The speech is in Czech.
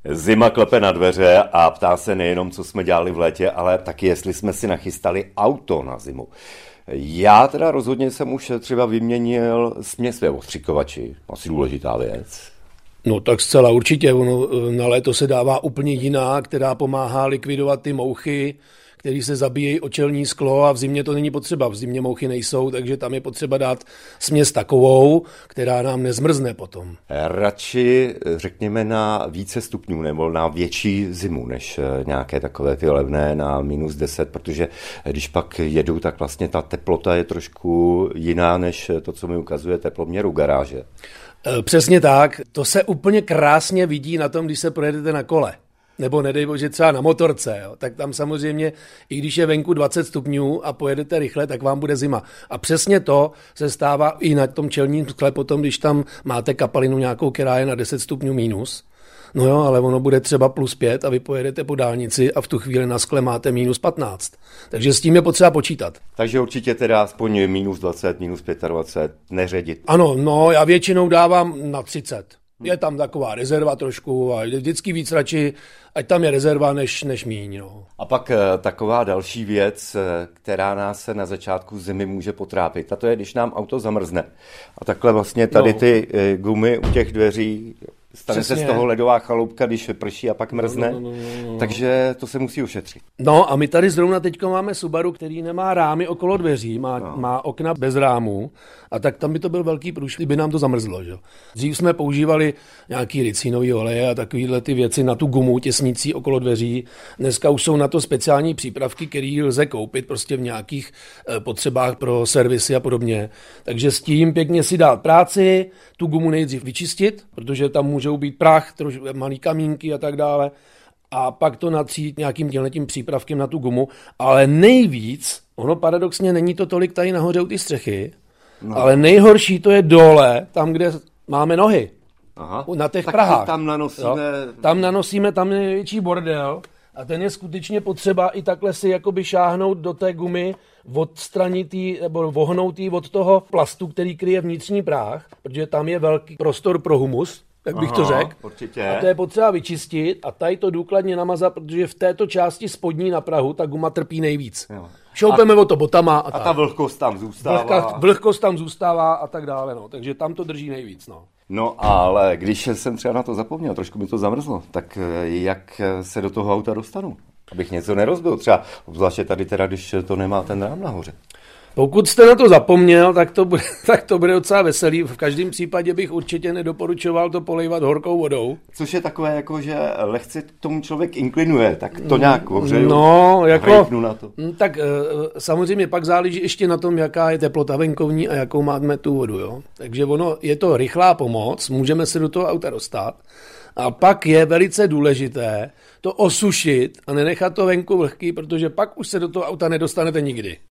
Zima klepe na dveře a ptá se nejenom, co jsme dělali v létě, ale taky, jestli jsme si nachystali auto na zimu. Já teda rozhodně jsem už třeba vyměnil směs ve ostřikovači, asi důležitá věc. No tak zcela určitě, na léto se dává úplně jiná, která pomáhá likvidovat ty mouchy, který se zabíjejí o čelní sklo a v zimě to není potřeba. V zimě mouchy nejsou, takže tam je potřeba dát směs takovou, která nám nezmrzne potom. Radši řekněme na více stupňů nebo na větší zimu, než nějaké takové ty levné na -10, protože když pak jedu, tak vlastně ta teplota je trošku jiná, než to, co mi ukazuje teploměr u garáže. Přesně tak. To se úplně krásně vidí na tom, když se projedete na kole. Nebo nedej bože třeba na motorce, jo. Tak tam samozřejmě, i když je venku 20 stupňů a pojedete rychle, tak vám bude zima. A přesně to se stává i na tom čelním skle potom, když tam máte kapalinu nějakou, která je na 10 stupňů minus. No jo, ale ono bude třeba +5 a vy pojedete po dálnici a v tu chvíli na skle máte -15. Takže s tím je potřeba počítat. Takže určitě teda aspoň -20, -25 neředit. Ano, no já většinou dávám na 30. Je tam taková rezerva trošku a vždycky víc radši, ať tam je rezerva, než míň. No. A pak taková další věc, která nás na začátku zimy může potrápit, a to je, když nám auto zamrzne. A takhle vlastně tady ty gumy u těch dveří, stane se z toho ledová chaloupka, když prší a pak mrzne, takže to se musí ušetřit. No a my tady zrovna teďko máme Subaru, který nemá rámy okolo dveří, má okna bez rámů a tak tam by to byl velký průšvih, by nám to zamrzlo. Že? Dřív jsme používali nějaký ricinový oleje a takovéhle ty věci na tu gumu těsnící okolo dveří. Dneska už jsou na to speciální přípravky, které lze koupit prostě v nějakých potřebách pro servisy a podobně. Takže s tím pěkně si dát práci, tu gumu nejdřív vyčistit, protože tam můžou být prach, malý kamínky a tak dále. A pak to natřít nějakým těmhletím přípravkem na tu gumu. Ale nejvíc, ono paradoxně není to tolik tady nahoře u ty střechy, ale nejhorší to je dole, tam, kde máme nohy. Aha. Na těch prahách. Tam nanosíme... Tam nanosíme, tam je největší bordel a ten je skutečně potřeba i takhle si jakoby šáhnout do té gumy, odstranit jí, nebo vohnout jí od toho plastu, který kryje vnitřní práh, protože tam je velký prostor pro humus, tak bych to řekl. A to je potřeba vyčistit a tady to důkladně namazat, protože v této části spodní na prahu ta guma trpí nejvíc. Jo. Šoupeme o to botama. A ta vlhkost tam zůstává. Vlhkost tam zůstává a tak dále. No. Takže tam to drží nejvíc. No. No ale když jsem třeba na to zapomněl, trošku mi to zamrzlo, tak jak se do toho auta dostanu? Abych něco nerozbil. Třeba obzvláště tady teda, když to nemá ten rám nahoře. Pokud jste na to zapomněl, tak to bude docela veselý. V každém případě bych určitě nedoporučoval to polejvat horkou vodou. Což je takové, jako, že lehce tomu člověk inklinuje, tak to nějak ohřeju. No, jako, na to. Tak samozřejmě pak záleží ještě na tom, jaká je teplota venkovní a jakou máme tu vodu. Jo? Takže ono je to rychlá pomoc, můžeme se do toho auta dostat. A pak je velice důležité to osušit a nenechat to venku vlhký, protože pak už se do toho auta nedostanete nikdy.